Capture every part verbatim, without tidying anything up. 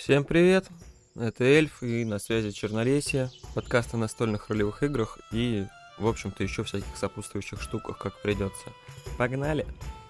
Всем привет, это Эльф, и на связи Чернолесье, подкаст о настольных ролевых играх и, в общем-то, еще всяких сопутствующих штуках, как придется. Погнали!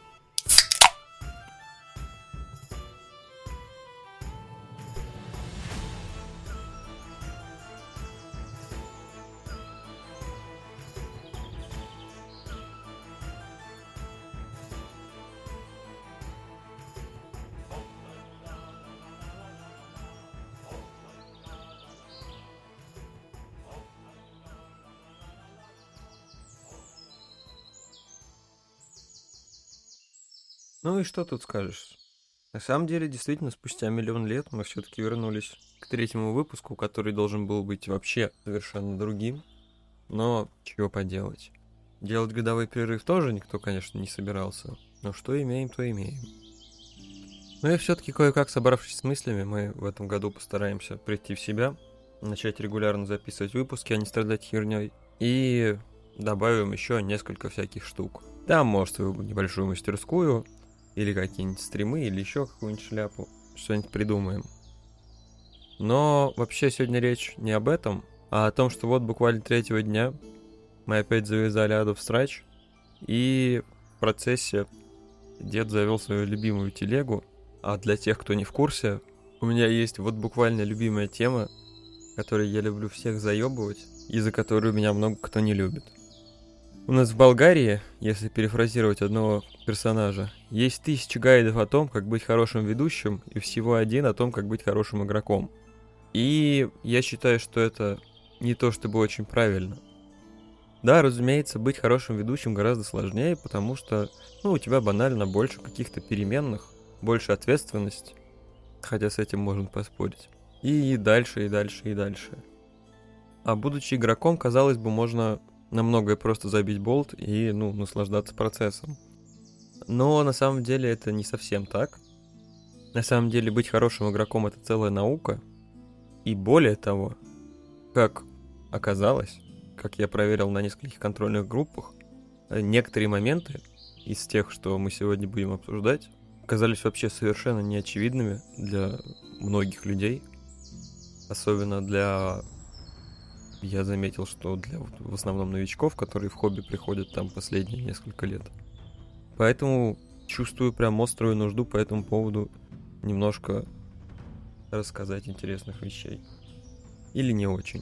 Ну и что тут скажешь? На самом деле, действительно, спустя миллион лет мы все-таки вернулись к третьему выпуску, который должен был быть вообще совершенно другим. Но чего поделать. Делать годовой перерыв тоже никто, конечно, не собирался. Но что имеем, то имеем. Ну и все-таки кое-как, собравшись с мыслями, мы в этом году постараемся прийти в себя, начать регулярно записывать выпуски, а не страдать херней. И добавим еще несколько всяких штук. Там, может, свою небольшую мастерскую, или какие-нибудь стримы, или еще какую-нибудь шляпу. Что-нибудь придумаем. Но вообще сегодня речь не об этом, а о том, что вот буквально третьего дня мы опять завязали адов срач, и в процессе дед завел свою любимую телегу. А для тех, кто не в курсе, у меня есть вот буквально любимая тема, которой я люблю всех заебывать, и за которую меня много кто не любит. У нас в Болгарии, если перефразировать одного персонажа, есть тысячи гайдов о том, как быть хорошим ведущим, и всего один о том, как быть хорошим игроком. И я считаю, что это не то чтобы очень правильно. Да, разумеется, быть хорошим ведущим гораздо сложнее, потому что, ну, у тебя банально больше каких-то переменных, больше ответственности, хотя с этим можно поспорить. И дальше, и дальше, и дальше. А будучи игроком, казалось бы, можно на многое просто забить болт и, ну, наслаждаться процессом. Но на самом деле это не совсем так. На самом деле быть хорошим игроком — это целая наука. И более того, как оказалось, как я проверил на нескольких контрольных группах, некоторые моменты из тех, что мы сегодня будем обсуждать, оказались вообще совершенно неочевидными для многих людей. Особенно для... Я заметил, что для в основном новичков, которые в хобби приходят там последние несколько лет. Поэтому чувствую прям острую нужду по этому поводу немножко рассказать интересных вещей. Или не очень.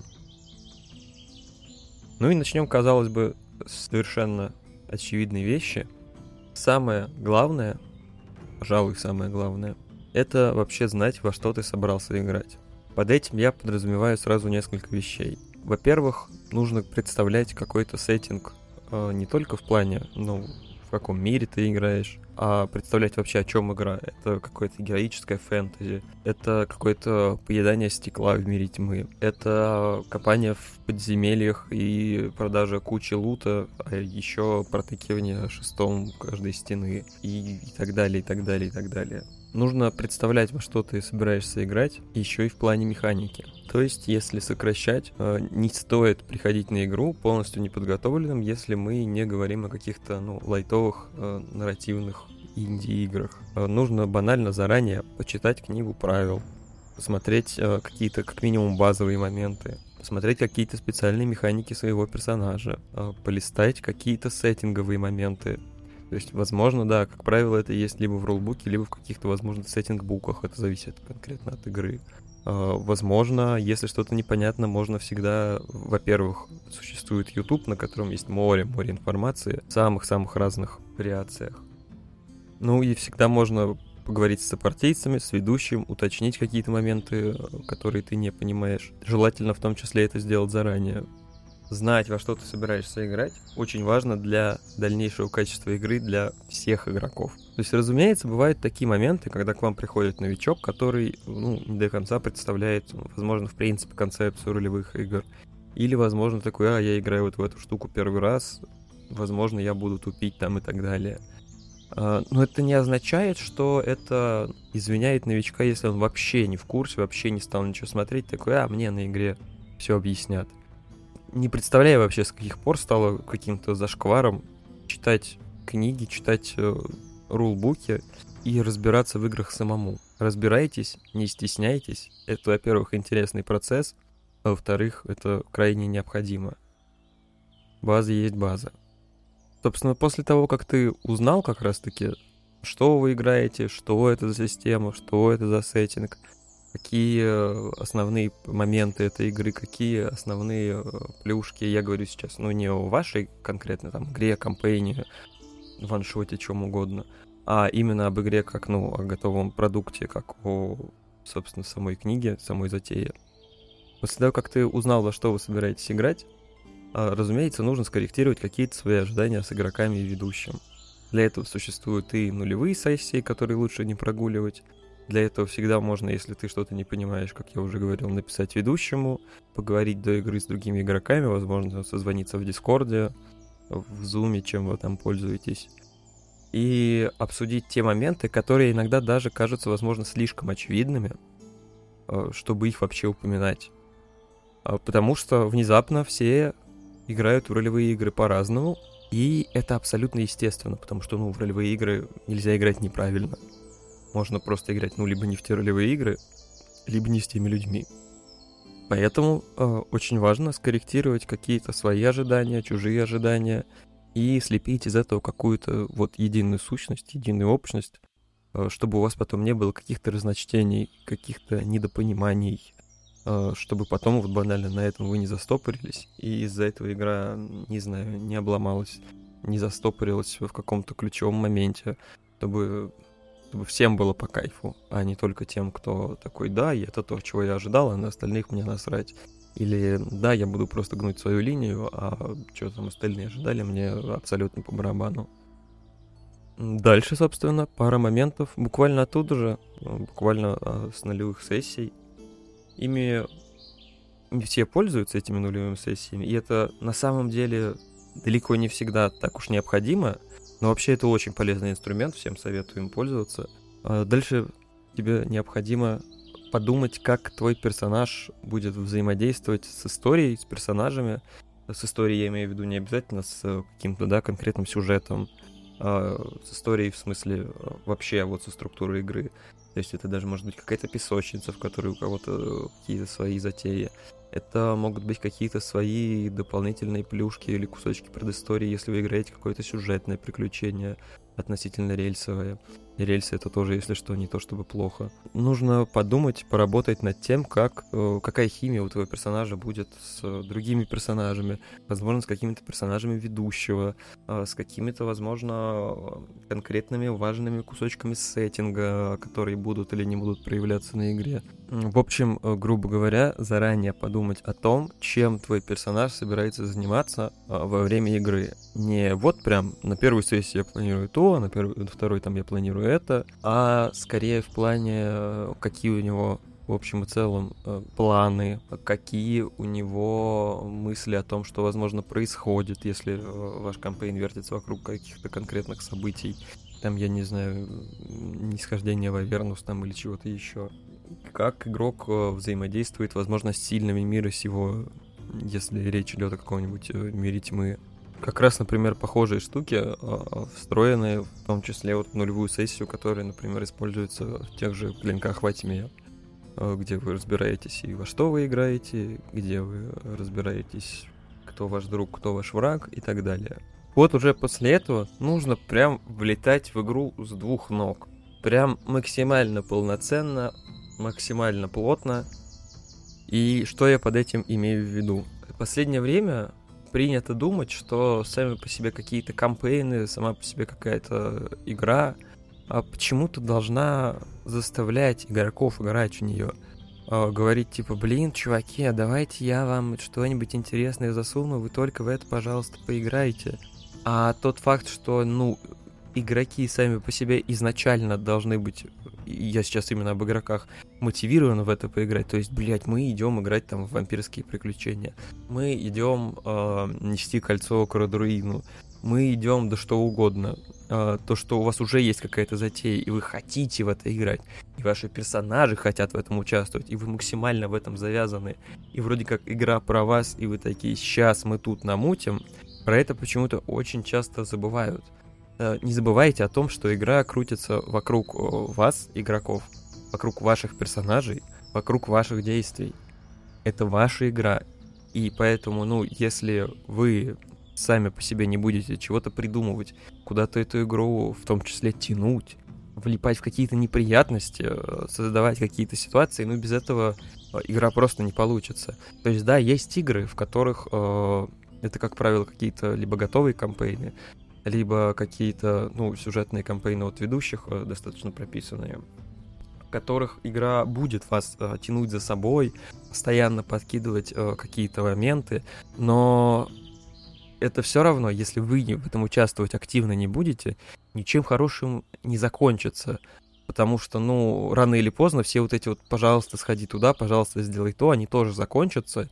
Ну и начнем, казалось бы, с совершенно очевидной вещи. Самое главное, пожалуй, самое главное, это вообще знать, во что ты собрался играть. Под этим я подразумеваю сразу несколько вещей. Во-первых, нужно представлять какой-то сеттинг э, не только в плане, ну, в каком мире ты играешь, а представлять вообще, о чем игра. Это какое-то героическое фэнтези, это какое-то поедание стекла в мире тьмы, это копание в подземельях и продажа кучи лута, а еще протыкивание шестом каждой стены и, и так далее, и так далее, и так далее. Нужно представлять, во что ты собираешься играть, еще и в плане механики. То есть, если сокращать, не стоит приходить на игру полностью неподготовленным, если мы не говорим о каких-то, ну, лайтовых, нарративных инди-играх. Нужно банально заранее почитать книгу правил, посмотреть какие-то, как минимум, базовые моменты, посмотреть какие-то специальные механики своего персонажа, полистать какие-то сеттинговые моменты. То есть, возможно, да, как правило, это есть либо в рулбуке, либо в каких-то, возможно, сеттинг-буках. Это зависит конкретно от игры. Возможно, если что-то непонятно, можно всегда... Во-первых, существует YouTube, на котором есть море, море информации в самых-самых разных вариациях. Ну и всегда можно поговорить с сопартийцами, с ведущим, уточнить какие-то моменты, которые ты не понимаешь. Желательно в том числе это сделать заранее. Знать, во что ты собираешься играть, очень важно для дальнейшего качества игры для всех игроков. То есть, разумеется, бывают такие моменты, когда к вам приходит новичок, который, ну, не до конца представляет, возможно, в принципе, концепцию ролевых игр. Или, возможно, такой, а, я играю вот в эту штуку первый раз, возможно, я буду тупить там и так далее. Но это не означает, что это извиняет новичка, если он вообще не в курсе, вообще не стал ничего смотреть, такой, а, мне на игре все объяснят. Не представляю вообще, с каких пор стало каким-то зашкваром читать книги, читать э, рулбуки и разбираться в играх самому. Разбирайтесь, не стесняйтесь. Это, во-первых, интересный процесс, а во-вторых, это крайне необходимо. База есть база. Собственно, после того, как ты узнал как раз-таки, что вы играете, что это за система, что это за сеттинг, какие основные моменты этой игры, какие основные плюшки, я говорю сейчас, ну, не о вашей конкретно там игре, кампейне, ваншоте, чем угодно, а именно об игре как, ну, о готовом продукте, как о, собственно, самой книге, самой затее. После того, как ты узнал, во что вы собираетесь играть, разумеется, нужно скорректировать какие-то свои ожидания с игроками и ведущим. Для этого существуют и нулевые сессии, которые лучше не прогуливать. Для этого всегда можно, если ты что-то не понимаешь, как я уже говорил, написать ведущему, поговорить до игры с другими игроками, возможно, созвониться в Дискорде, в Зуме, чем вы там пользуетесь, и обсудить те моменты, которые иногда даже кажутся, возможно, слишком очевидными, чтобы их вообще упоминать. Потому что внезапно все играют в ролевые игры по-разному, и это абсолютно естественно, потому что, ну, в ролевые игры нельзя играть неправильно. Можно просто играть, ну, либо не в те ролевые игры, либо не с теми людьми. Поэтому э, очень важно скорректировать какие-то свои ожидания, чужие ожидания, и слепить из этого какую-то вот единую сущность, единую общность, э, чтобы у вас потом не было каких-то разночтений, каких-то недопониманий, э, чтобы потом вот банально на этом вы не застопорились, и из-за этого игра, не знаю, не обломалась, не застопорилась в каком-то ключевом моменте, чтобы... чтобы всем было по кайфу, а не только тем, кто такой, да, и это то, чего я ожидал, а на остальных мне насрать. Или, да, я буду просто гнуть свою линию, а что там остальные ожидали, мне абсолютно по барабану. Дальше, собственно, пара моментов, буквально оттуда же, буквально с нулевых сессий. Ими все пользуются, этими нулевыми сессиями, и это на самом деле далеко не всегда так уж необходимо. Но вообще это очень полезный инструмент, всем советую им пользоваться. Дальше тебе необходимо подумать, как твой персонаж будет взаимодействовать с историей, с персонажами. С историей я имею в виду не обязательно с каким-то, да, конкретным сюжетом, а с историей в смысле вообще вот со структурой игры. То есть это даже может быть какая-то песочница, в которой у кого-то какие-то свои затеи. Это могут быть какие-то свои дополнительные плюшки или кусочки предыстории, если вы играете какое-то сюжетное приключение относительно рельсовое. И рельсы — это тоже, если что, не то чтобы плохо. Нужно подумать, поработать над тем, как, какая химия у твоего персонажа будет с другими персонажами, возможно, с какими-то персонажами ведущего, с какими-то, возможно, конкретными важными кусочками сеттинга, которые будут или не будут проявляться на игре. В общем, грубо говоря, заранее подумать о том, чем твой персонаж собирается заниматься во время игры. Не вот прям на первую сессию я планирую то, а на, первую, на второй там я планирую это, а скорее в плане, какие у него в общем и целом планы, какие у него мысли о том, что, возможно, происходит, если ваш кампейн вертится вокруг каких-то конкретных событий. Там, я не знаю, нисхождение в Авернус там или чего-то еще. Как игрок взаимодействует, возможно, с сильными мира сего, если речь идет о каком-нибудь мире тьмы. Как раз, например, похожие штуки встроены, в том числе вот в нулевую сессию, которая, например, используется в тех же клинках во тьме, где вы разбираетесь и во что вы играете, где вы разбираетесь, кто ваш друг, кто ваш враг и так далее. Вот уже после этого нужно прям влетать в игру с двух ног. Прям максимально полноценно, максимально плотно. И что я под этим имею в виду? В последнее время принято думать, что сами по себе какие-то кампейны, сама по себе какая-то игра а почему-то должна заставлять игроков играть в нее. А, говорить типа, блин, чуваки, а давайте я вам что-нибудь интересное засуну, вы только в это, пожалуйста, поиграйте. А тот факт, что, ну, игроки сами по себе изначально должны быть, я сейчас именно об игроках, мотивированы в это поиграть. То есть, блядь, мы идем играть там в вампирские приключения. Мы идем э, нести кольцо к Родруину. Мы идем да что угодно. Э, то, что у вас уже есть какая-то затея, и вы хотите в это играть, и ваши персонажи хотят в этом участвовать, и вы максимально в этом завязаны, и вроде как игра про вас, и вы такие, сейчас мы тут намутим, про это почему-то очень часто забывают. э, не забывайте о том, что игра крутится вокруг э, вас, игроков, вокруг ваших персонажей, вокруг ваших действий. Это ваша игра. И поэтому, ну, если вы сами по себе не будете чего-то придумывать, куда-то эту игру в том числе тянуть, влипать в какие-то неприятности, создавать какие-то ситуации, ну, без этого игра просто не получится. То есть, да, есть игры, в которых э, это, как правило, какие-то либо готовые кампейны, либо какие-то, ну, сюжетные кампейны от ведущих, э, достаточно прописанные, в которых игра будет вас э, тянуть за собой, постоянно подкидывать э, какие-то моменты, но это все равно, если вы в этом участвовать активно не будете, ничем хорошим не закончится. Потому что, ну, рано или поздно все вот эти вот «пожалуйста, сходи туда, пожалуйста, сделай то», они тоже закончатся.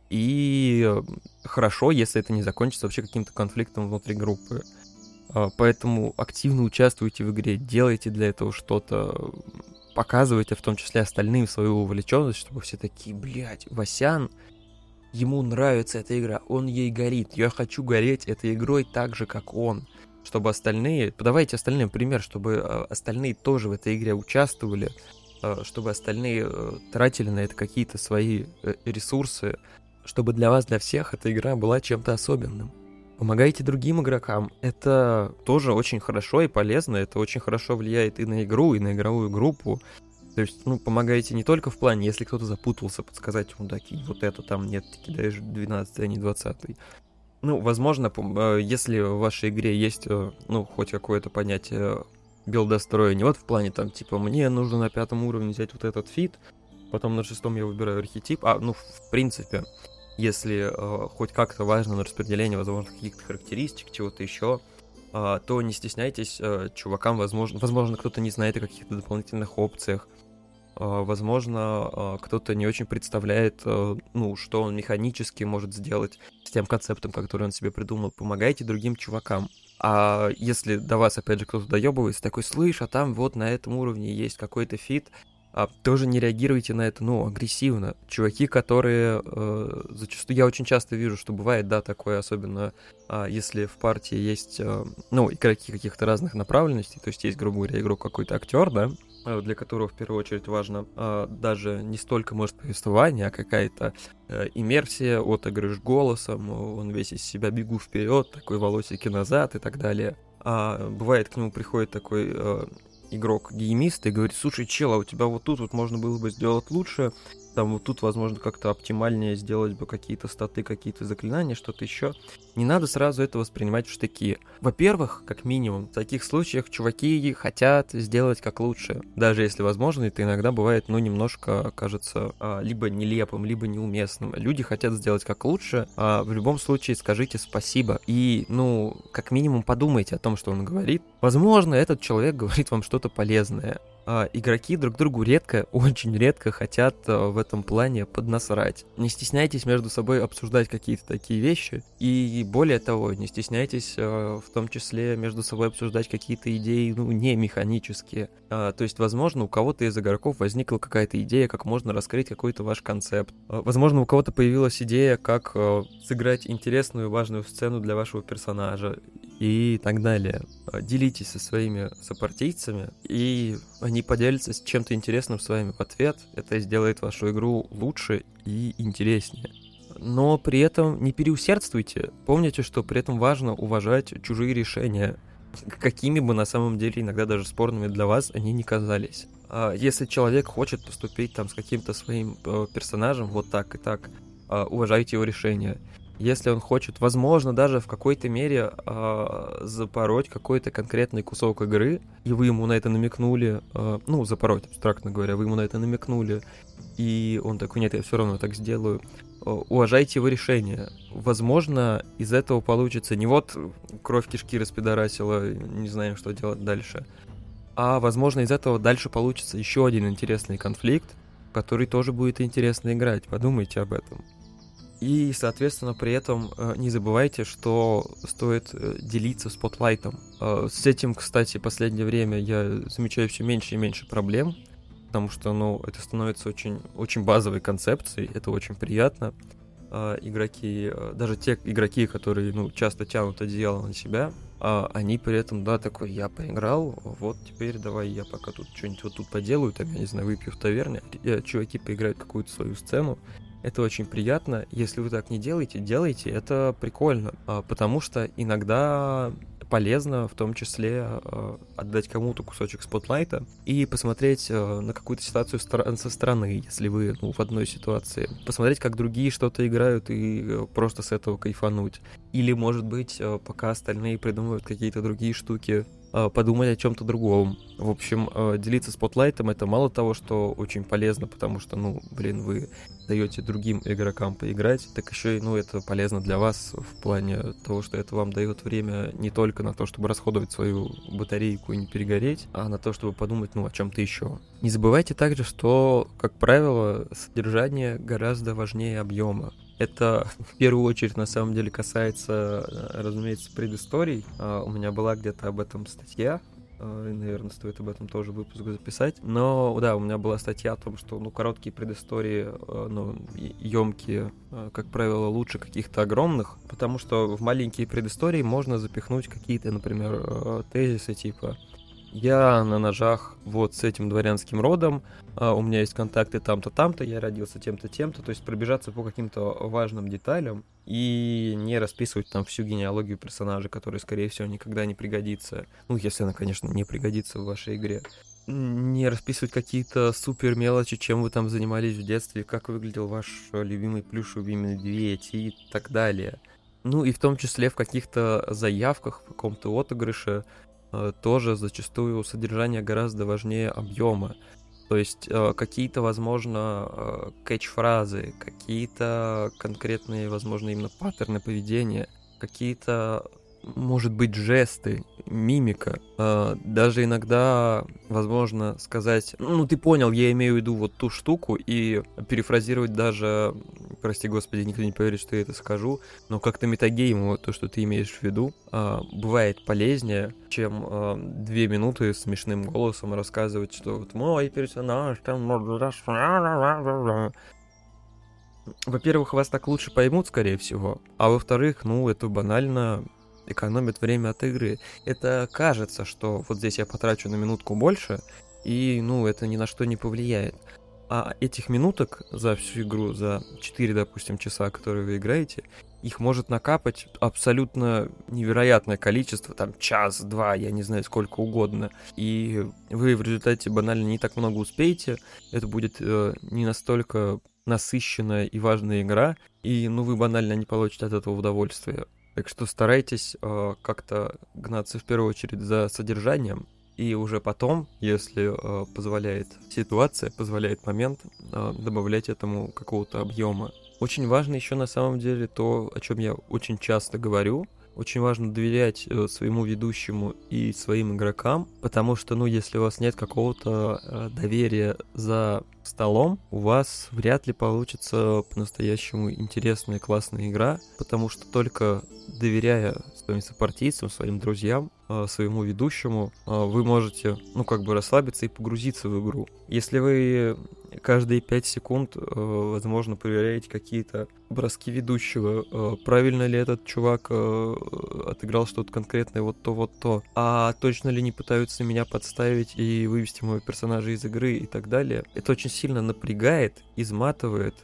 И хорошо, если это не закончится вообще каким-то конфликтом внутри группы. Поэтому активно участвуйте в игре, делайте для этого что-то, показывайте в том числе остальным свою увлеченность, чтобы все такие: блядь, Васян, ему нравится эта игра, он ей горит, я хочу гореть этой игрой так же, как он. Чтобы остальные, подавайте остальным пример, чтобы остальные тоже в этой игре участвовали, чтобы остальные тратили на это какие-то свои ресурсы, чтобы для вас, для всех эта игра была чем-то особенным. Помогайте другим игрокам, это тоже очень хорошо и полезно, это очень хорошо влияет и на игру, и на игровую группу. То есть, ну, помогайте не только в плане, если кто-то запутался, подсказать ему: да, кинь вот это, там, нет, ты кидаешь двенадцатый, а не двадцатый. Ну, возможно, если в вашей игре есть, ну, хоть какое-то понятие билдостроя, не вот в плане, там, типа, мне нужно на пятом уровне взять вот этот фит, потом на шестом я выбираю архетип, а, ну, в принципе, если э, хоть как-то важно на распределение, возможно, каких-то характеристик, чего-то еще, э, то не стесняйтесь, э, чувакам, возможно, возможно, кто-то не знает о каких-то дополнительных опциях, возможно, кто-то не очень представляет, ну, что он механически может сделать с тем концептом, который он себе придумал. Помогайте другим чувакам. А если до вас, опять же, кто-то доебывается, такой: слышь, а там вот на этом уровне есть какой-то фит, а тоже не реагируйте на это, ну, агрессивно. Чуваки, которые э, зачастую, я очень часто вижу, что бывает, да, такое, особенно э, если в партии есть, э, ну, игроки каких-то разных направленностей, то есть есть, грубо говоря, игрок какой-то актер, да, для которого в первую очередь важно э, даже не столько, может, повествование, а какая-то э, иммерсия, отыгрыш голосом, он весь из себя бегу вперед, такой волосики назад и так далее. А бывает, к нему приходит такой э, игрок-геймист и говорит: слушай, чел, а у тебя вот тут вот можно было бы сделать лучше, там вот тут, возможно, как-то оптимальнее сделать бы какие-то статы, какие-то заклинания, что-то еще. Не надо сразу это воспринимать в штыки. Во-первых, как минимум, в таких случаях чуваки хотят сделать как лучше. Даже если возможно, это иногда бывает, ну, немножко, кажется, либо нелепым, либо неуместным. Люди хотят сделать как лучше, а в любом случае скажите спасибо. И, ну, как минимум подумайте о том, что он говорит. Возможно, этот человек говорит вам что-то полезное. А игроки друг другу редко, очень редко хотят а, в этом плане поднасрать. Не стесняйтесь между собой обсуждать какие-то такие вещи, и более того, не стесняйтесь а, в том числе между собой обсуждать какие-то идеи, ну, не механические. А, то есть, возможно, у кого-то из игроков возникла какая-то идея, как можно раскрыть какой-то ваш концепт. А, возможно, у кого-то появилась идея, как а, сыграть интересную, важную сцену для вашего персонажа и так далее. Делитесь со своими сопартийцами, и они поделятся с чем-то интересным с вами в ответ. Это сделает вашу игру лучше и интереснее. Но при этом не переусердствуйте. Помните, что при этом важно уважать чужие решения, какими бы на самом деле иногда даже спорными для вас они ни казались. Если человек хочет поступить там с каким-то своим персонажем вот так и так, уважайте его решение. Если он хочет, возможно, даже в какой-то мере э, запороть какой-то конкретный кусок игры, и вы ему на это намекнули, э, ну, запороть, абстрактно говоря, вы ему на это намекнули, и он такой: нет, я все равно так сделаю, э, уважайте его решение. Возможно, из этого получится не вот кровь кишки распидорасила, не знаем, что делать дальше, а, возможно, из этого дальше получится еще один интересный конфликт, в который тоже будет интересно играть. Подумайте об этом. И, соответственно, при этом э, не забывайте, что стоит э, делиться спотлайтом. Э, с этим, кстати, в последнее время я замечаю все меньше и меньше проблем, потому что, ну, это становится очень, очень базовой концепцией, это очень приятно. а, игроки, а, даже те игроки, которые, ну, часто тянут одеяло на себя, а, они при этом, да, такой, я поиграл, вот теперь давай я пока тут что-нибудь вот тут поделаю, там, я не знаю, выпью в таверне, а чуваки поиграют какую-то свою сцену. Это очень приятно. Если вы так не делаете, делайте, это прикольно, а, потому что иногда полезно в том числе э, отдать кому-то кусочек спотлайта и посмотреть э, на какую-то ситуацию стор- со стороны, если вы, ну, в одной ситуации. Посмотреть, как другие что-то играют и э, просто с этого кайфануть. Или, может быть, э, пока остальные придумывают какие-то другие штуки, э, подумать о чем-то другом. В общем, э, делиться спотлайтом — это мало того, что очень полезно, потому что, ну, блин, вы даете другим игрокам поиграть, так еще и, ну, это полезно для вас в плане того, что это вам дает время не только на то, чтобы расходовать свою батарейку и не перегореть, а на то, чтобы подумать, ну, о чем-то еще. Не забывайте также, что, как правило, содержание гораздо важнее объема. Это в первую очередь на самом деле касается, разумеется, предысторий. У меня была где-то об этом статья. Наверное, стоит об этом тоже выпуск записать. Но, да, у меня была статья о том, что, ну, короткие предыстории, ну, емкие, как правило, лучше каких-то огромных, потому что в маленькие предыстории можно запихнуть какие-то, например, тезисы типа: я на ножах вот с этим дворянским родом, у меня есть контакты там-то, там-то, я родился тем-то, тем-то, то есть пробежаться по каким-то важным деталям и не расписывать там всю генеалогию персонажа, который, скорее всего, никогда не пригодится. Ну, если она, конечно, не пригодится в вашей игре. Не расписывать какие-то супер мелочи, чем вы там занимались в детстве, как выглядел ваш любимый плюшевый медведь и так далее. Ну, и в том числе в каких-то заявках, в каком-то отыгрыше тоже зачастую содержание гораздо важнее объема. То есть э, какие-то, возможно, э, кэтч-фразы, какие-то конкретные, возможно, именно паттерны поведения, какие-то, может быть, жесты, мимика. Э, даже иногда, возможно, сказать: ну, ты понял, я имею в виду вот ту штуку, и перефразировать даже, прости господи, никто не поверит, что я это скажу, но как-то метагейму то, что ты имеешь в виду, э, бывает полезнее, чем э, две минуты смешным голосом рассказывать, что вот мой персонаж там... Во-первых, вас так лучше поймут, скорее всего, а во-вторых, ну, это банально экономит время от игры. Это кажется, что вот здесь я потрачу на минутку больше, и, ну, это ни на что не повлияет. А этих минуток за всю игру, за четыре, допустим, часа, которые вы играете, их может накапать абсолютно невероятное количество, там, час-два, я не знаю, сколько угодно. И вы в результате банально не так много успеете, это будет э, не настолько насыщенная и важная игра, и, ну, вы банально не получите от этого удовольствия. Так что старайтесь э, как-то гнаться в первую очередь за содержанием, и уже потом, если э, позволяет ситуация, позволяет момент, э, добавлять этому какого-то объема. Очень важно еще на самом деле то, о чем я очень часто говорю. Очень важно доверять э, своему ведущему и своим игрокам, потому что, ну, если у вас нет какого-то э, доверия за столом, у вас вряд ли получится по-настоящему интересная, классная игра, потому что только доверяя своим сопартийцам, своим друзьям, э, своему ведущему, э, вы можете, ну, как бы расслабиться и погрузиться в игру. Если вы каждые пять секунд, э, возможно, проверяете какие-то броски ведущего, э, правильно ли этот чувак э, отыграл что-то конкретное, вот то, вот то, а точно ли не пытаются меня подставить и вывести моего персонажа из игры и так далее. Это очень сильно напрягает, изматывает,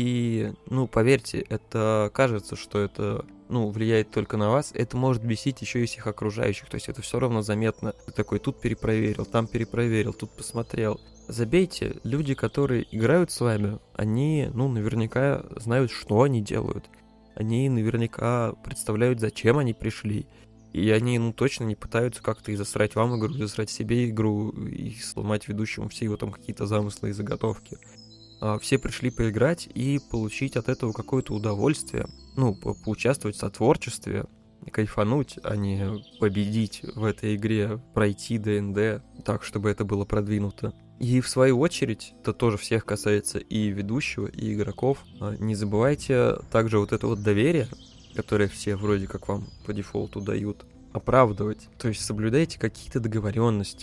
и, ну, поверьте, это кажется, что это, ну, влияет только на вас, это может бесить еще и всех окружающих, то есть это все равно заметно. Ты такой тут перепроверил, там перепроверил, тут посмотрел. Забейте, люди, которые играют с вами, они, ну, наверняка знают, что они делают. Они наверняка представляют, зачем они пришли. И они, ну, точно не пытаются как-то и засрать вам игру, и засрать себе игру, и сломать ведущему все его там какие-то замыслы и заготовки. А все пришли поиграть и получить от этого какое-то удовольствие. Ну, по поучаствовать в сотворчестве, кайфануть, а не победить в этой игре, пройти ДНД так, чтобы это было продвинуто. И в свою очередь, это тоже всех касается и ведущего, и игроков, не забывайте также вот это вот доверие, которое все вроде как вам по дефолту дают, оправдывать. То есть соблюдайте какие-то договоренности,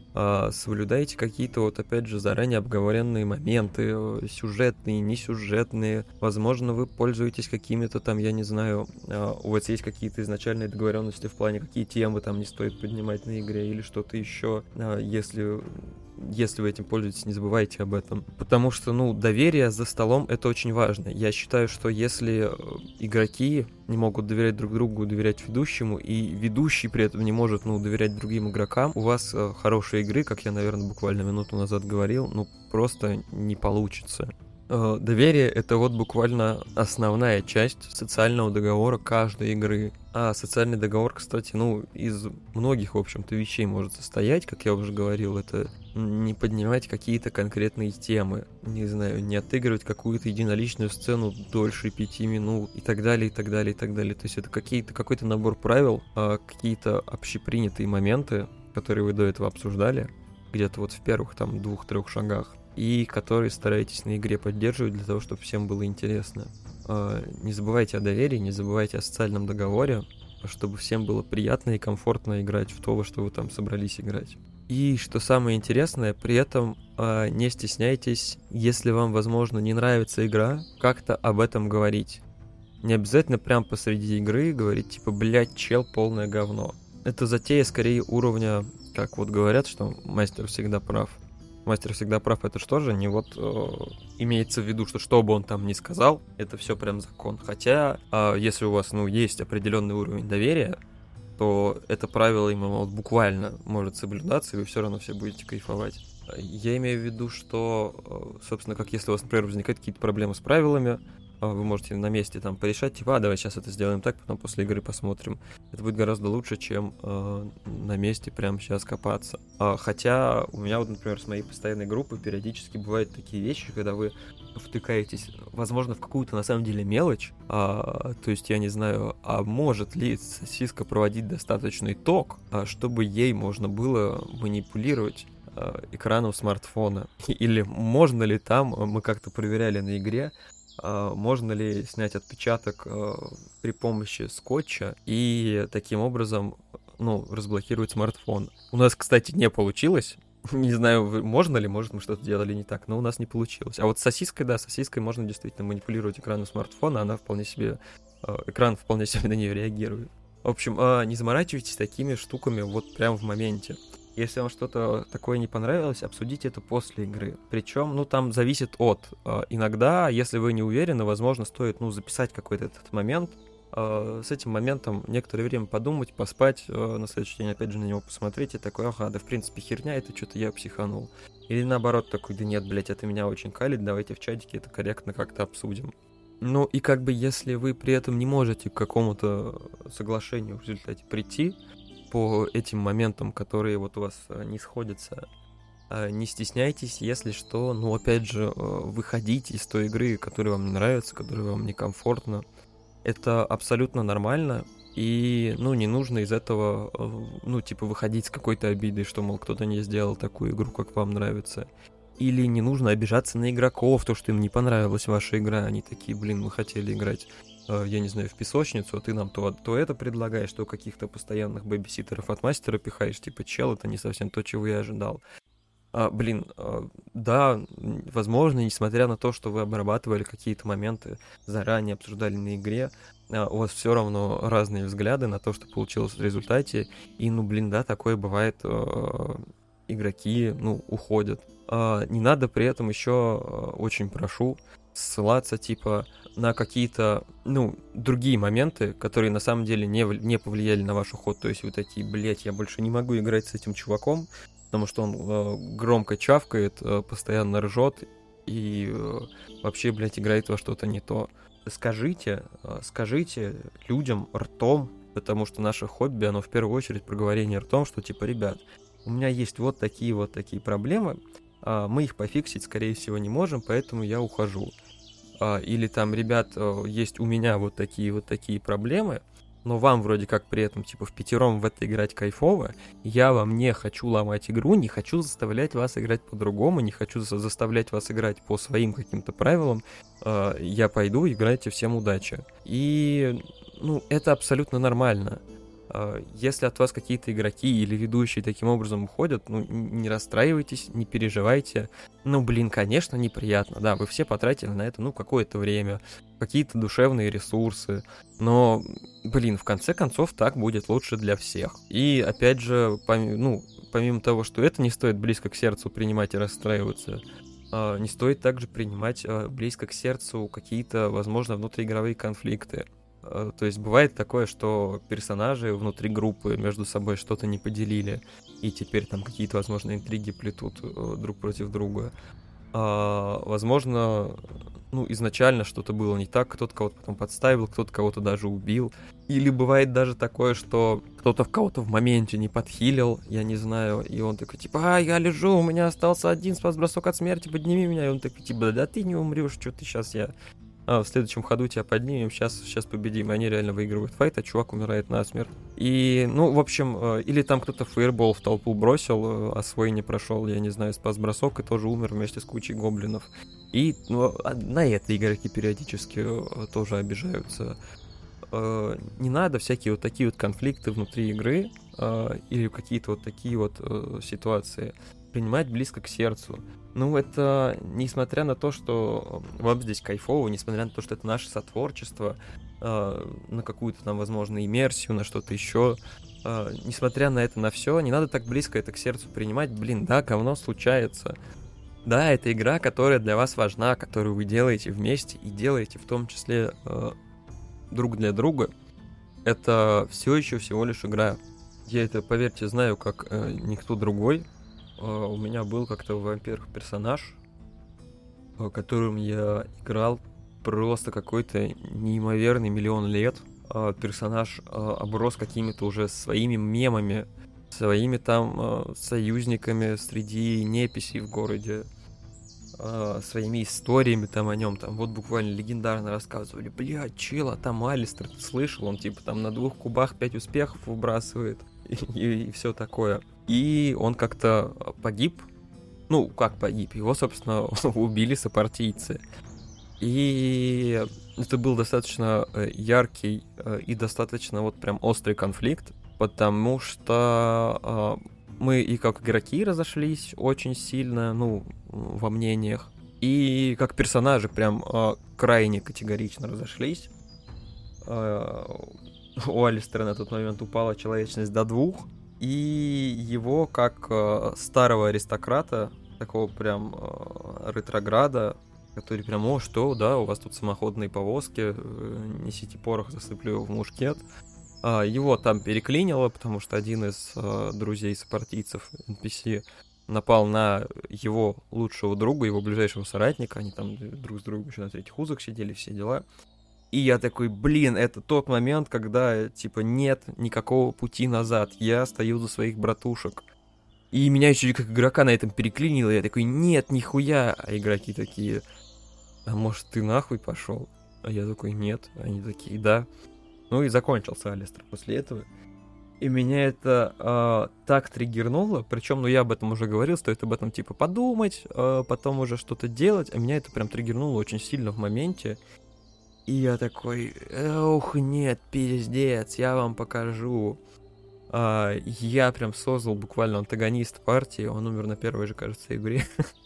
а, соблюдайте какие-то вот, опять же, заранее обговоренные моменты, э, сюжетные, несюжетные. Возможно, вы пользуетесь какими-то там, я не знаю, а, у вас есть какие-то изначальные договоренности в плане, какие темы там не стоит поднимать на игре или что-то еще. А, если... Если вы этим пользуетесь, не забывайте об этом. Потому что, ну, доверие за столом — это очень важно. Я считаю, что если игроки не могут доверять друг другу, доверять ведущему, и ведущий при этом не может, ну, доверять другим игрокам, у вас э, хорошей игры, как я, наверное, буквально минуту назад говорил, ну, просто не получится. Э, доверие — это вот буквально основная часть социального договора каждой игры. А социальный договор, кстати, ну, из многих, в общем-то, вещей может состоять, как я уже говорил, это не поднимать какие-то конкретные темы, не знаю, не отыгрывать какую-то единоличную сцену дольше пяти минут и так далее, и так далее, и так далее. То есть это какие-то, какой-то набор правил, а, какие-то общепринятые моменты, которые вы до этого обсуждали, где-то вот в первых там двух-трех шагах, и которые стараетесь на игре поддерживать для того, чтобы всем было интересно. Не забывайте о доверии, не забывайте о социальном договоре, чтобы всем было приятно и комфортно играть в то, во что вы там собрались играть. И что самое интересное, при этом не стесняйтесь, если вам, возможно, не нравится игра, как-то об этом говорить. Не обязательно прям посреди игры говорить, типа, блядь, чел, полное говно. Это затея скорее уровня, как вот говорят, что мастер всегда прав. Мастер всегда прав, это что же, не вот э, имеется в виду, что что бы он там ни сказал, это все прям закон. Хотя, э, если у вас, ну, есть определенный уровень доверия, то это правило именно вот буквально может соблюдаться, и вы все равно все будете кайфовать. Я имею в виду, что, собственно, как если у вас, например, возникают какие-то проблемы с правилами, вы можете на месте там порешать, типа, а, давай сейчас это сделаем так, потом после игры посмотрим. Это будет гораздо лучше, чем э, на месте прямо сейчас копаться. А, хотя у меня вот, например, с моей постоянной группы периодически бывают такие вещи, когда вы втыкаетесь, возможно, в какую-то на самом деле мелочь, а, то есть я не знаю, а может ли сосиска проводить достаточный ток, а, чтобы ей можно было манипулировать а, экраном смартфона. Или можно ли там, мы как-то проверяли на игре, Uh, можно ли снять отпечаток uh, при помощи скотча и таким образом, ну, разблокировать смартфон. У нас, кстати, не получилось. Не знаю, можно ли, может, мы что-то делали не так, но у нас не получилось. А вот с сосиской, да, сосиской можно действительно манипулировать экраном смартфона, она вполне себе, uh, экран вполне себе на нее реагирует. В общем, uh, не заморачивайтесь такими штуками вот прямо в моменте. Если вам что-то такое не понравилось, обсудите это после игры. Причем, ну, там зависит от. Э, иногда, если вы не уверены, возможно, стоит, ну, записать какой-то этот момент. Э, с этим моментом некоторое время подумать, поспать, э, на следующий день опять же на него посмотреть и такой, ага, да в принципе херня, это что-то я психанул. Или наоборот такой, да нет, блять, это меня очень калит, давайте в чатике это корректно как-то обсудим. Ну и как бы если вы при этом не можете к какому-то соглашению в результате прийти, по этим моментам, которые вот у вас не сходятся, не стесняйтесь, если что, ну, опять же, выходить из той игры, которая вам не нравится, которая вам некомфортна. Это абсолютно нормально, и, ну, не нужно из этого, ну, типа, выходить с какой-то обидой, что, мол, кто-то не сделал такую игру, как вам нравится. Или не нужно обижаться на игроков, то, что им не понравилась ваша игра, они такие, блин, мы хотели играть, я не знаю, в песочницу, а ты нам то, то это предлагаешь, то каких-то постоянных бэбиситеров от мастера пихаешь, типа, чел, это не совсем то, чего я ожидал. А, блин, а, да, возможно, несмотря на то, что вы обрабатывали какие-то моменты, заранее обсуждали на игре, а, у вас все равно разные взгляды на то, что получилось в результате, и, ну, блин, да, такое бывает, а, игроки, ну, уходят. А, не надо при этом еще, а, очень прошу, ссылаться, типа, на какие-то, ну, другие моменты, которые на самом деле не, не повлияли на ваш уход. То есть вы такие, блять, я больше не могу играть с этим чуваком, потому что он э, громко чавкает, э, постоянно ржет и э, вообще, блядь, играет во что-то не то. Скажите, э, скажите людям ртом, потому что наше хобби, оно в первую очередь проговорение ртом, что типа, ребят, у меня есть вот такие вот такие проблемы, э, мы их пофиксить, скорее всего, не можем, поэтому я ухожу. Э, или там, ребят, э, есть у меня вот такие вот такие проблемы, но вам вроде как при этом, типа, в пятером в это играть кайфово, я вам не хочу ломать игру, не хочу заставлять вас играть по-другому, не хочу за- заставлять вас играть по своим каким-то правилам, э, я пойду, играйте, всем удачи. И, ну, это абсолютно нормально. А, Если от вас какие-то игроки или ведущие таким образом уходят, ну, н- не расстраивайтесь, не переживайте. Ну, блин, конечно, неприятно, да, вы все потратили на это, ну, какое-то время, какие-то душевные ресурсы, но, блин, в конце концов, так будет лучше для всех. И, опять же, поми- ну, помимо того, что это не стоит близко к сердцу принимать и расстраиваться, а, не стоит также принимать а, близко к сердцу какие-то, возможно, внутриигровые конфликты. А, То есть бывает такое, что персонажи внутри группы между собой что-то не поделили, и теперь там какие-то, возможно, интриги плетут э, друг против друга. А, возможно, ну, изначально что-то было не так, кто-то кого-то потом подставил, кто-то кого-то даже убил. Или бывает даже такое, что кто-то в кого-то в моменте не подхилил, я не знаю, и он такой, типа, а, я лежу, у меня остался один спас-бросок от смерти, подними меня. И он такой, типа, да ты не умрешь, что ты сейчас, я а, в следующем ходу тебя поднимем, сейчас, сейчас победим. И они реально выигрывают файт, а чувак умирает насмерть. И, ну, в общем, э, или там кто-то фейербол в толпу бросил, э, а свой не прошел, я не знаю, спас бросок и тоже умер вместе с кучей гоблинов. И ну, а на это игроки периодически э, тоже обижаются. Э, Не надо всякие вот такие вот конфликты внутри игры э, или какие-то вот такие вот э, ситуации принимать близко к сердцу. Ну, это несмотря на то, что вам здесь кайфово, несмотря на то, что это наше сотворчество, э, на какую-то там, возможно, иммерсию, на что-то еще, э, несмотря на это, на все, не надо так близко это к сердцу принимать. Блин, да, говно случается. Да, это игра, которая для вас важна, которую вы делаете вместе и делаете в том числе э, друг для друга. Это все еще всего лишь игра. Я это, поверьте, знаю, как э, никто другой. Э, у меня был как-то, во-первых, персонаж, э, которым я играл просто какой-то неимоверный миллион лет. Э, персонаж э, оброс какими-то уже своими мемами, своими там э, союзниками среди неписей в городе, э, своими историями там о нем, там вот буквально легендарно рассказывали, блядь, чел, а там Алистер, ты слышал, он типа там на двух кубах пять успехов выбрасывает и, и, и все такое. И он как-то погиб, ну, как погиб, его, собственно, убили сопартийцы. И это был достаточно э, яркий э, и достаточно вот прям острый конфликт, потому что э, мы и как игроки разошлись очень сильно, ну, во мнениях, и как персонажи прям э, крайне категорично разошлись. Э, у Алистера на тот момент упала человечность до двух, и его как э, старого аристократа, такого прям э, ретрограда, который прям, о, что, да, у вас тут самоходные повозки, э, несите порох, засыплю его в мушкет. А, его там переклинило, потому что один из э, друзей сопартийцев, эн пи си, напал на его лучшего друга, его ближайшего соратника, они там друг с другом еще на третьих узах сидели, все дела. И я такой, блин, это тот момент, когда, типа, нет никакого пути назад, я стою за своих братушек. И меня еще как игрока на этом переклинило, я такой, нет, нихуя, а игроки такие, а может ты нахуй пошел? А я такой, нет, они такие, да. Ну и закончился Алистер после этого. И меня это э, так триггернуло, причем, ну я об этом уже говорил, стоит об этом типа подумать, э, потом уже что-то делать, а меня это прям триггернуло очень сильно в моменте. И я такой, ух, нет, пиздец, я вам покажу. А, я прям создал буквально антагонист партии, он умер на первой же, кажется, игре.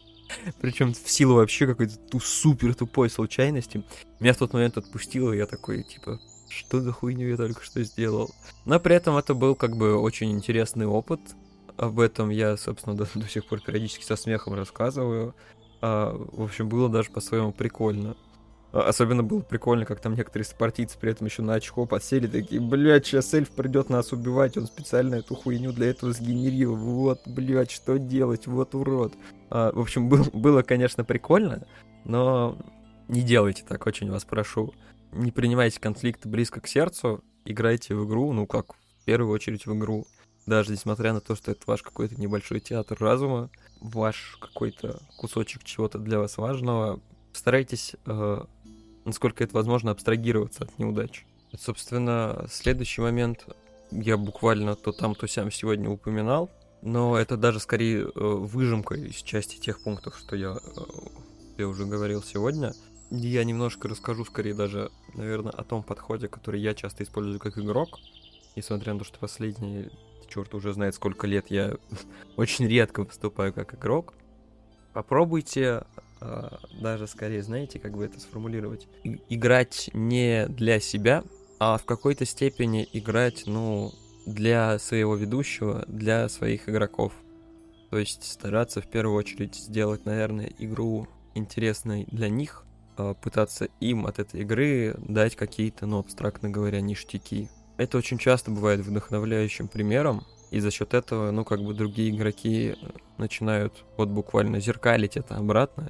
Причем в силу вообще какой-то ту супер тупой случайности. Меня в тот момент отпустило, и я такой, типа, что за хуйню я только что сделал? Но при этом это был как бы очень интересный опыт. Об этом я, собственно, до, до сих пор периодически со смехом рассказываю. А, в общем, было даже по-своему прикольно. А, особенно было прикольно, как там некоторые спортивцы при этом еще на очко подсели, такие, блядь, сейчас эльф придет нас убивать, он специально эту хуйню для этого сгенерировал, вот, блядь, что делать, вот урод. А, в общем, был, было, конечно, прикольно, но не делайте так, очень вас прошу. Не принимайте конфликты близко к сердцу, играйте в игру, ну как, в первую очередь в игру. Даже несмотря на то, что это ваш какой-то небольшой театр разума, ваш какой-то кусочек чего-то для вас важного, старайтесь, э, насколько это возможно, абстрагироваться от неудач. Собственно, следующий момент я буквально то там, то сям сегодня упоминал, но это даже скорее э, выжимка из части тех пунктов, что я, э, я уже говорил сегодня. Я немножко расскажу скорее даже, наверное, о том подходе, который я часто использую как игрок. несмотря на то, что последние, черт уже знает сколько лет, я очень редко выступаю как игрок. Попробуйте, э, даже скорее, знаете, как бы это сформулировать, и- играть не для себя, а в какой-то степени играть, ну, для своего ведущего, для своих игроков. То есть стараться в первую очередь сделать, наверное, игру интересной для них, э, пытаться им от этой игры дать какие-то, ну, абстрактно говоря, ништяки. Это очень часто бывает вдохновляющим примером, и за счет этого, ну, как бы другие игроки э, начинают вот буквально зеркалить это обратно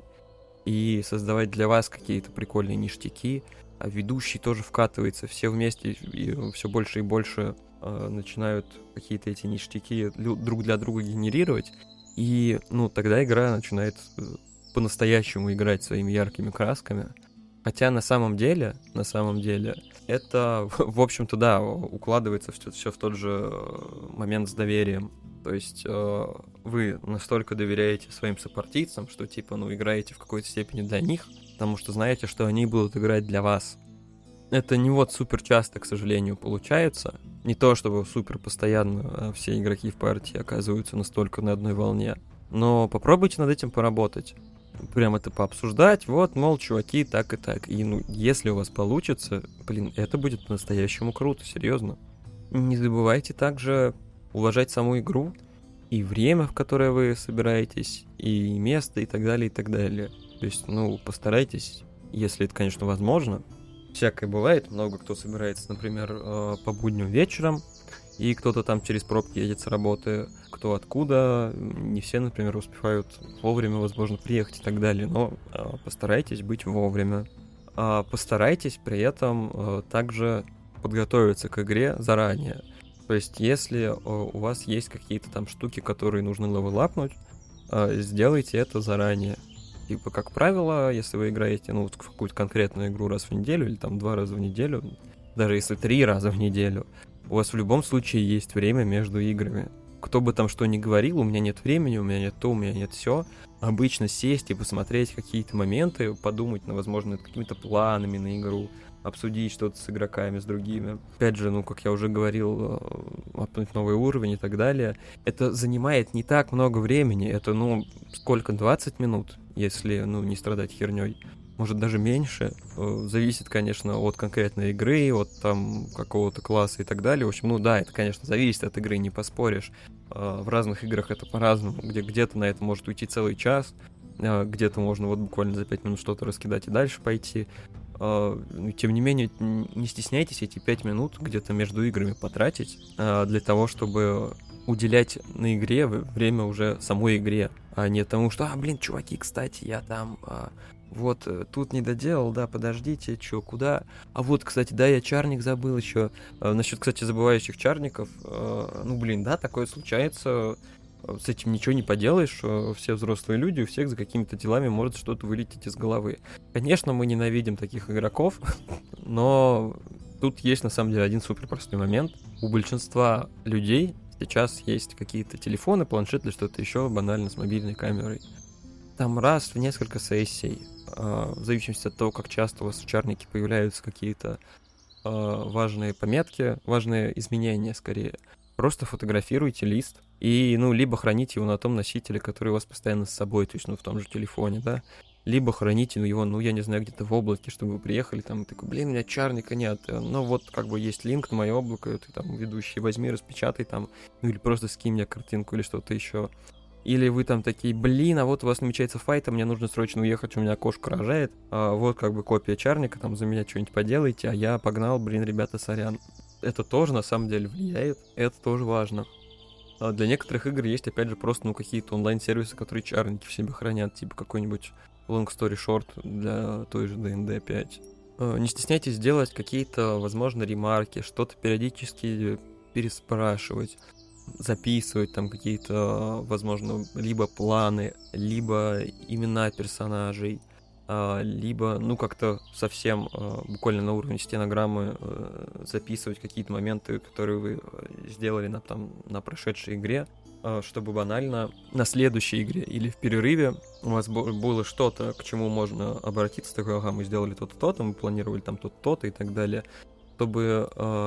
и создавать для вас какие-то прикольные ништяки, а ведущий тоже вкатывается, все вместе и все больше и больше э, начинают какие-то эти ништяки лю- друг для друга генерировать, и, ну, тогда игра начинает э, по-настоящему играть своими яркими красками. Хотя на самом деле, на самом деле, это, в общем-то, да, укладывается все, все в тот же э, момент с доверием. То есть э, вы настолько доверяете своим сопартийцам, что, типа, ну, играете в какой-то степени для них, потому что знаете, что они будут играть для вас. Это не вот супер часто, к сожалению, получается. Не то, чтобы супер постоянно все игроки в партии оказываются настолько на одной волне. Но попробуйте над этим поработать. Прям это пообсуждать. Вот, мол, чуваки, так и так. И, ну, если у вас получится, блин, это будет по-настоящему круто, серьезно. Не забывайте также уважать саму игру и время, в которое вы собираетесь, и место, и так далее, и так далее. То есть, ну, постарайтесь, если это, конечно, возможно. Всякое бывает, много кто собирается, например, э, по будням вечером, и кто-то там через пробки едет с работы, кто откуда, не все, например, успевают вовремя, возможно, приехать и так далее, но э, постарайтесь быть вовремя. А постарайтесь при этом э, также подготовиться к игре заранее. То есть, если э, у вас есть какие-то там штуки, которые нужно левелапнуть, э, сделайте это заранее. Типа, как правило, если вы играете, ну, в какую-то конкретную игру раз в неделю или там два раза в неделю, даже если три раза в неделю, у вас в любом случае есть время между играми. Кто бы там что ни говорил, у меня нет времени, у меня нет то, у меня нет все. Обычно сесть и посмотреть какие-то моменты, подумать, ну, возможно, над какими-то планами на игру, обсудить что-то с игроками, с другими. Опять же, ну, как я уже говорил, апнуть новый уровень и так далее. Это занимает не так много времени. Это, ну, сколько, двадцать минут, если, ну, не страдать херней. Может, даже меньше. Зависит, конечно, от конкретной игры, от там какого-то класса и так далее. В общем, ну да, это, конечно, зависит от игры, не поспоришь. В разных играх это по-разному. Где- где-то на это может уйти целый час, где-то можно вот буквально за пять минут что-то раскидать и дальше пойти. Тем не менее, не стесняйтесь эти пять минут где-то между играми потратить для того, чтобы уделять на игре время уже самой игре, а не тому, что, а, блин, чуваки, кстати, я там... Вот, тут не доделал, да, подождите, чё, куда? А вот, кстати, да, я чарник забыл еще. А, насчет, кстати, забывающих чарников, а, ну, блин, да, такое случается, с этим ничего не поделаешь, все взрослые люди, у всех за какими-то делами может что-то вылететь из головы. Конечно, мы ненавидим таких игроков, но тут есть, на самом деле, один супер простой момент. У большинства людей сейчас есть какие-то телефоны, планшеты, что-то еще, банально с мобильной камерой. Там раз в несколько сессий, э, в зависимости от того, как часто у вас в чарнике появляются какие-то э, важные пометки, важные изменения скорее, просто фотографируйте лист и, ну, либо храните его на том носителе, который у вас постоянно с собой, то есть, ну, в том же телефоне, да, либо храните его, ну, я не знаю, где-то в облаке, чтобы вы приехали там и такой, блин, у меня чарника нет, ну, вот, как бы, есть линк на мое облако, ты там, ведущий, возьми, распечатай там, ну, или просто скинь мне картинку или что-то еще. Или вы там такие, блин, а вот у вас намечается файт, а мне нужно срочно уехать, у меня кошка рожает, а вот как бы копия чарника, там за меня что-нибудь поделайте, а я погнал, блин, ребята, сорян. Это тоже на самом деле влияет, это тоже важно. А для некоторых игр есть, опять же, просто, ну, какие-то онлайн-сервисы, которые чарники в себе хранят, типа какой-нибудь Long Story Short для той же ди энд ди пять. Не стесняйтесь делать какие-то, возможно, ремарки, что-то периодически переспрашивать, записывать там какие-то, возможно, либо планы, либо имена персонажей, либо, ну, как-то совсем буквально на уровне стенограммы записывать какие-то моменты, которые вы сделали на, там, на прошедшей игре, чтобы банально на следующей игре или в перерыве у вас было что-то, к чему можно обратиться, такое, ага, мы сделали то-то, то-то, мы планировали там то-то, то-то и так далее, чтобы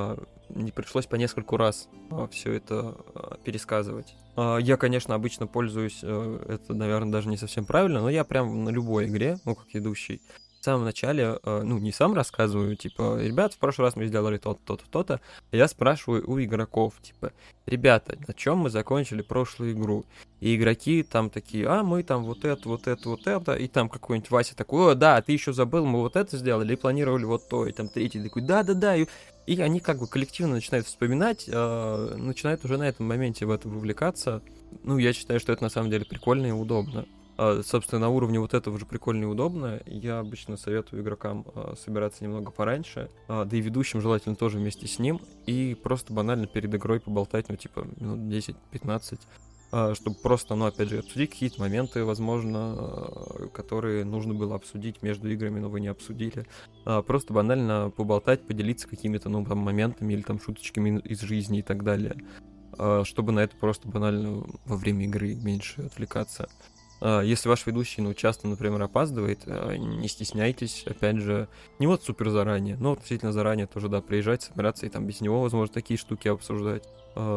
не пришлось по нескольку раз все это пересказывать. Я, конечно, обычно пользуюсь, это, наверное, даже не совсем правильно, но я прям на любой игре, ну, как ведущий, в самом начале, ну, не сам рассказываю, типа, ребят, в прошлый раз мы сделали то-то, то-то, то-то, я спрашиваю у игроков, типа, ребята, на чем мы закончили прошлую игру? И игроки там такие, а, мы там вот это, вот это, вот это, и там какой-нибудь Вася такой, о, да, ты еще забыл, мы вот это сделали, и планировали вот то, и там третий такой, да-да-да, и, и они как бы коллективно начинают вспоминать, э, начинают уже на этом моменте в это вовлекаться. Ну, я считаю, что это на самом деле прикольно и удобно. Uh, собственно, на уровне вот этого же прикольно и удобно. Я обычно советую игрокам uh, собираться немного пораньше, uh, да и ведущим желательно тоже вместе с ним, и просто банально перед игрой поболтать, ну, типа, минут десять-пятнадцать, uh, чтобы просто, ну, опять же, обсудить какие-то моменты, возможно, uh, которые нужно было обсудить между играми, но вы не обсудили. Uh, просто банально поболтать, поделиться какими-то, ну, там, моментами или там шуточками из жизни и так далее, uh, чтобы на это просто банально во время игры меньше отвлекаться. Если ваш ведущий, ну, часто, например, опаздывает, не стесняйтесь, опять же, не вот супер заранее, но относительно заранее тоже, да, приезжать, собираться и там без него, возможно, такие штуки обсуждать,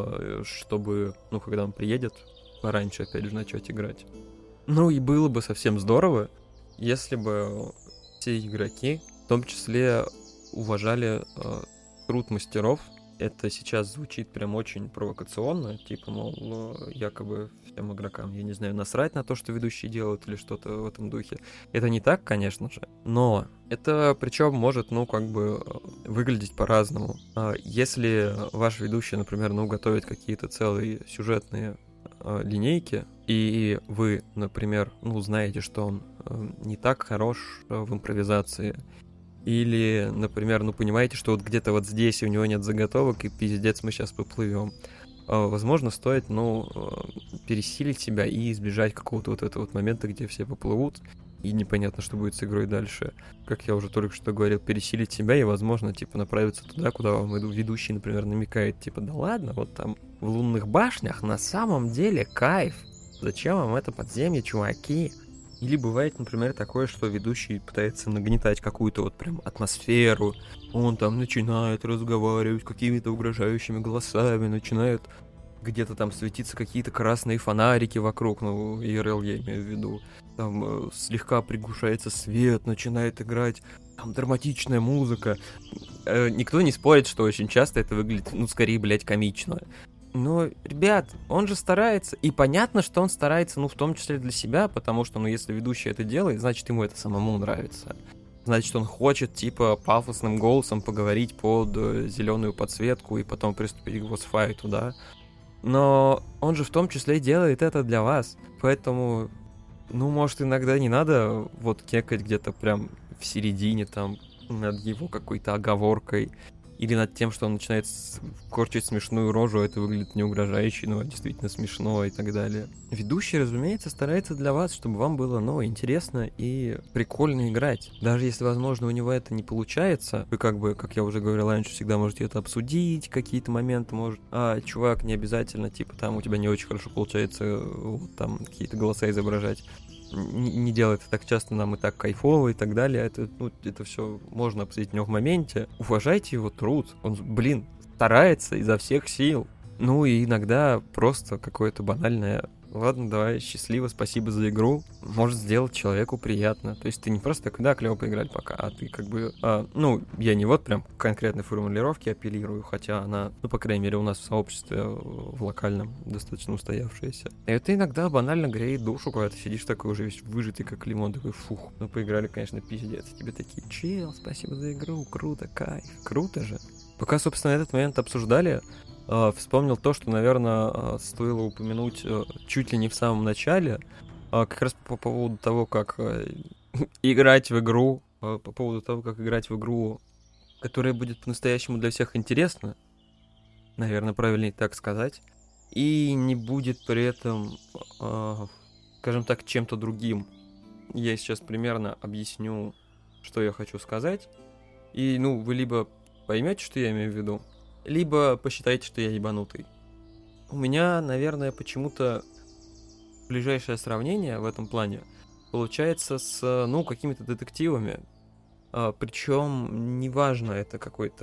чтобы, ну, когда он приедет, пораньше, опять же, начать играть. Ну, и было бы совсем здорово, если бы все игроки, в том числе, уважали труд мастеров. Это сейчас звучит прям очень провокационно, типа, мол, якобы всем игрокам, я не знаю, насрать на то, что ведущие делают или что-то в этом духе. Это не так, конечно же, но это причем может, ну, как бы выглядеть по-разному. Если ваш ведущий, например, ну, готовит какие-то целые сюжетные линейки, и вы, например, ну, знаете, что он не так хорош в импровизации, или, например, ну, понимаете, что вот где-то вот здесь у него нет заготовок, и пиздец, мы сейчас поплывем. Возможно, стоит, ну, пересилить себя и избежать какого-то вот этого вот момента, где все поплывут, и непонятно, что будет с игрой дальше. Как я уже только что говорил, пересилить себя и, возможно, типа, направиться туда, куда вам ведущий, например, намекает, типа, да ладно, вот там в лунных башнях на самом деле кайф. Зачем вам это подземье, чуваки? Или бывает, например, такое, что ведущий пытается нагнетать какую-то вот прям атмосферу, он там начинает разговаривать какими-то угрожающими голосами, начинают где-то там светиться какие-то красные фонарики вокруг, ну, и эр эл я имею в виду, там э, слегка приглушается свет, начинает играть там драматичная музыка. Э, никто не спорит, что очень часто это выглядит, ну, скорее, блядь, комично. Но, ребят, он же старается, и понятно, что он старается, ну, в том числе для себя, потому что, ну, если ведущий это делает, значит, ему это самому нравится. Значит, он хочет, типа, пафосным голосом поговорить под зеленую подсветку и потом приступить к босс-файту, да. Но он же в том числе делает это для вас, поэтому, ну, может, иногда не надо вот кекать где-то прям в середине, там, над его какой-то оговоркой, или над тем, что он начинает корчить смешную рожу, это выглядит не угрожающе, но действительно смешно и так далее. Ведущий, разумеется, старается для вас, чтобы вам было, ну, интересно и прикольно играть. Даже если, возможно, у него это не получается, вы как бы, как я уже говорил раньше, всегда можете это обсудить, какие-то моменты, может, а, чувак, не обязательно, типа, там у тебя не очень хорошо получается вот, там какие-то голоса изображать. Не, не делай это так часто, нам и так кайфово и так далее. Это, ну, это все можно обсудить у него в моменте. Уважайте его труд. Он, блин, старается изо всех сил. Ну и иногда просто какое-то банальное ладно, давай, счастливо, спасибо за игру, может сделать человеку приятно. То есть ты не просто такой, да, клево поиграть пока, а ты как бы, а, ну, я не вот прям конкретной формулировки апеллирую, хотя она, ну, по крайней мере, у нас в сообществе в локальном достаточно устоявшаяся. И это иногда банально греет душу, когда ты сидишь такой уже весь выжатый, как лимон, такой, фух, ну, поиграли, конечно, пиздец. Тебе такие, чел, спасибо за игру, круто, кайф, круто же. Пока, собственно, этот момент обсуждали, Uh, вспомнил то, что, наверное, uh, стоило упомянуть uh, чуть ли не в самом начале, uh, как раз по поводу того, как uh, играть в игру, uh, по поводу того, как играть в игру, которая будет по-настоящему для всех интересна, наверное, правильнее так сказать, и не будет при этом, uh, скажем так, чем-то другим. Я сейчас примерно объясню, что я хочу сказать, и, ну, вы либо поймете, что я имею в виду, либо посчитайте, что я ебанутый. У меня, наверное, почему-то ближайшее сравнение в этом плане получается с, ну, какими-то детективами. А, причем, неважно, это какой-то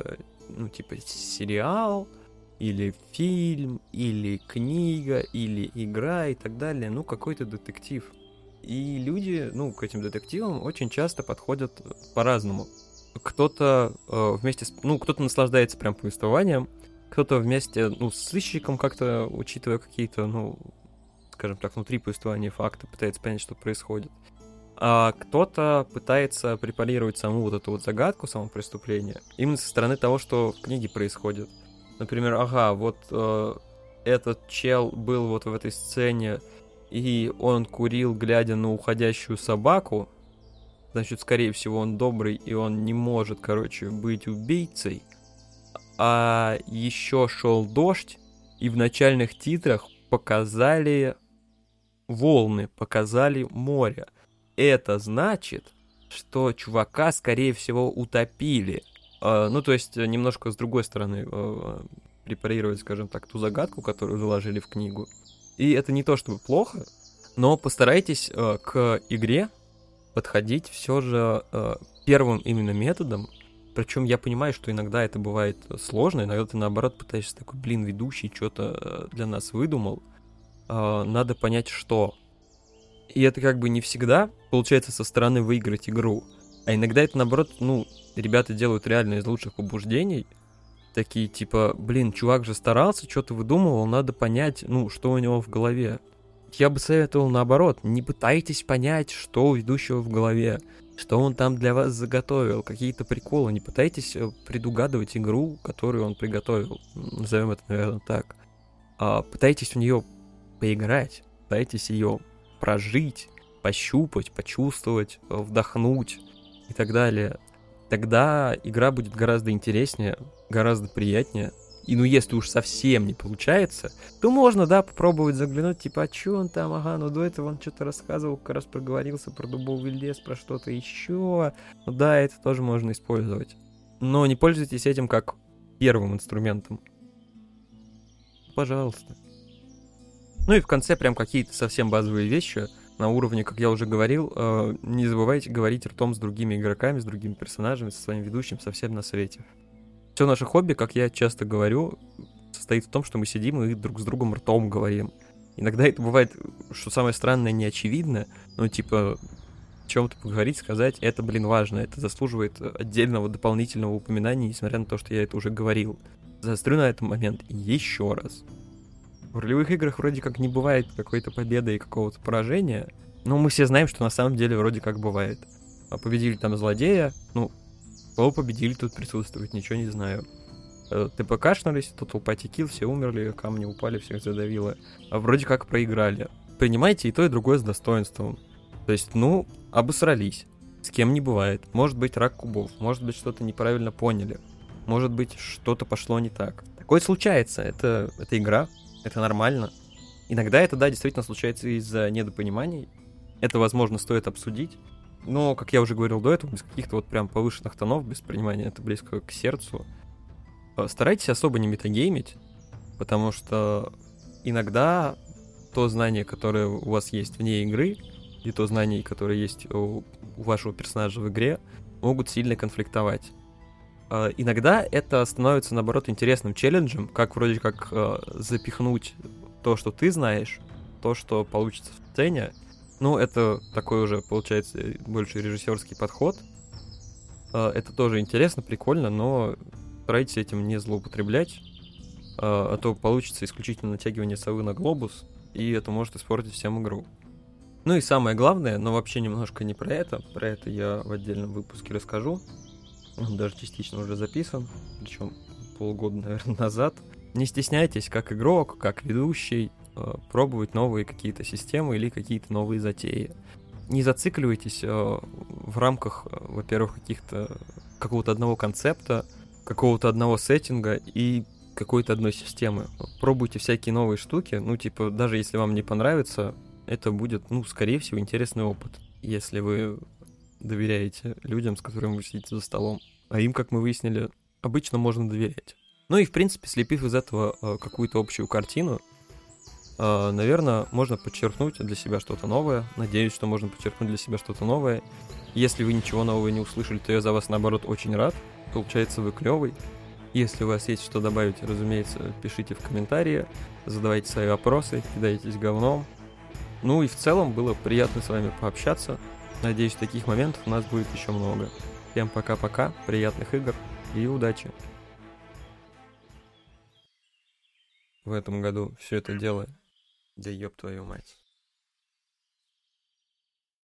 ну, типа, сериал, или фильм, или книга, или игра и так далее, ну, какой-то детектив. И люди, ну, к этим детективам очень часто подходят по-разному. Кто-то э, вместе с... Ну, кто-то наслаждается прям повествованием, кто-то вместе, ну, с сыщиком как-то, учитывая какие-то, ну, скажем так, внутри повествования факты, пытается понять, что происходит. А кто-то пытается препарировать саму вот эту вот загадку, само преступление, именно со стороны того, что в книге происходит. Например, ага, вот э, этот чел был вот в этой сцене, и он курил, глядя на уходящую собаку, значит, скорее всего, он добрый, и он не может, короче, быть убийцей. А еще шел дождь, и в начальных титрах показали волны, показали море. Это значит, что чувака, скорее всего, утопили. Uh, ну, то есть, немножко с другой стороны uh, препарировать, скажем так, ту загадку, которую заложили в книгу. И это не то чтобы плохо, но постарайтесь uh, к игре подходить все же uh, первым именно методом. Причем я понимаю, что иногда это бывает сложно, иногда ты, наоборот, пытаешься такой, блин, ведущий что-то для нас выдумал. Uh, надо понять, что. И это как бы не всегда получается со стороны выиграть игру. А иногда это, наоборот, ну, ребята делают реально из лучших побуждений. Такие, типа, блин, чувак же старался, что-то выдумывал, надо понять, ну, что у него в голове. Я бы советовал, наоборот, не пытайтесь понять, что у ведущего в голове, что он там для вас заготовил, какие-то приколы. Не пытайтесь предугадывать игру, которую он приготовил. Назовем это, наверное, так. А пытайтесь в нее поиграть, пытайтесь ее прожить, пощупать, почувствовать, вдохнуть и так далее. Тогда игра будет гораздо интереснее, гораздо приятнее. И ну если уж совсем не получается, то можно, да, попробовать заглянуть, типа, а чё он там, ага, ну до этого он что-то рассказывал, как раз проговорился про дубовый лес, про что-то еще. Ну да, это тоже можно использовать. Но не пользуйтесь этим как первым инструментом. Пожалуйста. Ну и в конце прям какие-то совсем базовые вещи на уровне, как я уже говорил, э, не забывайте говорить ртом с другими игроками, с другими персонажами, со своим ведущим, со всем на свете. Все наше хобби, как я часто говорю, состоит в том, что мы сидим и друг с другом ртом говорим. Иногда это бывает, что самое странное, не очевидно, но типа о чем-то поговорить, сказать, это, блин, важно, это заслуживает отдельного дополнительного упоминания, несмотря на то, что я это уже говорил. Заострю на этом момент еще раз. В ролевых играх вроде как не бывает какой-то победы и какого-то поражения, но мы все знаем, что на самом деле вроде как бывает. А победили там злодея, ну, кого победили, тут присутствует, ничего не знаю. ТП-кашнулись, Total Party Kill, все умерли, камни упали, всех задавило. А вроде как проиграли. Принимайте и то, и другое с достоинством. То есть, ну, обосрались. С кем не бывает. Может быть, рак кубов, может быть, что-то неправильно поняли. Может быть, что-то пошло не так. Такое случается, это, это игра. Это нормально. Иногда это, да, действительно случается из-за недопониманий. Это, возможно, стоит обсудить. Но, как я уже говорил до этого, без каких-то вот прям повышенных тонов, без понимания, это близко к сердцу. Старайтесь особо не метагеймить, потому что иногда то знание, которое у вас есть вне игры, и то знание, которое есть у, у вашего персонажа в игре, могут сильно конфликтовать. Иногда это становится, наоборот, интересным челленджем, как вроде как э, запихнуть то, что ты знаешь, то, что получится в сцене. Ну, это такой уже, получается, больше режиссерский подход. Э, это тоже интересно, прикольно, но старайтесь этим не злоупотреблять, э, а то получится исключительно натягивание совы на глобус, и это может испортить всем игру. Ну и самое главное, но вообще немножко не про это, про это я в отдельном выпуске расскажу. Он даже частично уже записан, причем полгода, наверное, назад. Не стесняйтесь, как игрок, как ведущий, пробовать новые какие-то системы или какие-то новые затеи. Не зацикливайтесь в рамках, во-первых, каких-то какого-то одного концепта, какого-то одного сеттинга и какой-то одной системы. Пробуйте всякие новые штуки, ну, типа, даже если вам не понравится, это будет, ну, скорее всего, интересный опыт, если вы доверяете людям, с которыми вы сидите за столом. А им, как мы выяснили, обычно можно доверять. Ну и, в принципе, слепив из этого э, какую-то общую картину, э, наверное, можно подчеркнуть для себя что-то новое. Надеюсь, что можно подчеркнуть для себя что-то новое. Если вы ничего нового не услышали, то я за вас, наоборот, очень рад. Получается, вы клевый. Если у вас есть что добавить, разумеется, пишите в комментарии, задавайте свои вопросы, кидайтесь говном. Ну и в целом было приятно с вами пообщаться. Надеюсь, таких моментов у нас будет еще много. Всем пока-пока, приятных игр и удачи. В этом году все это дело, да ёб твою мать.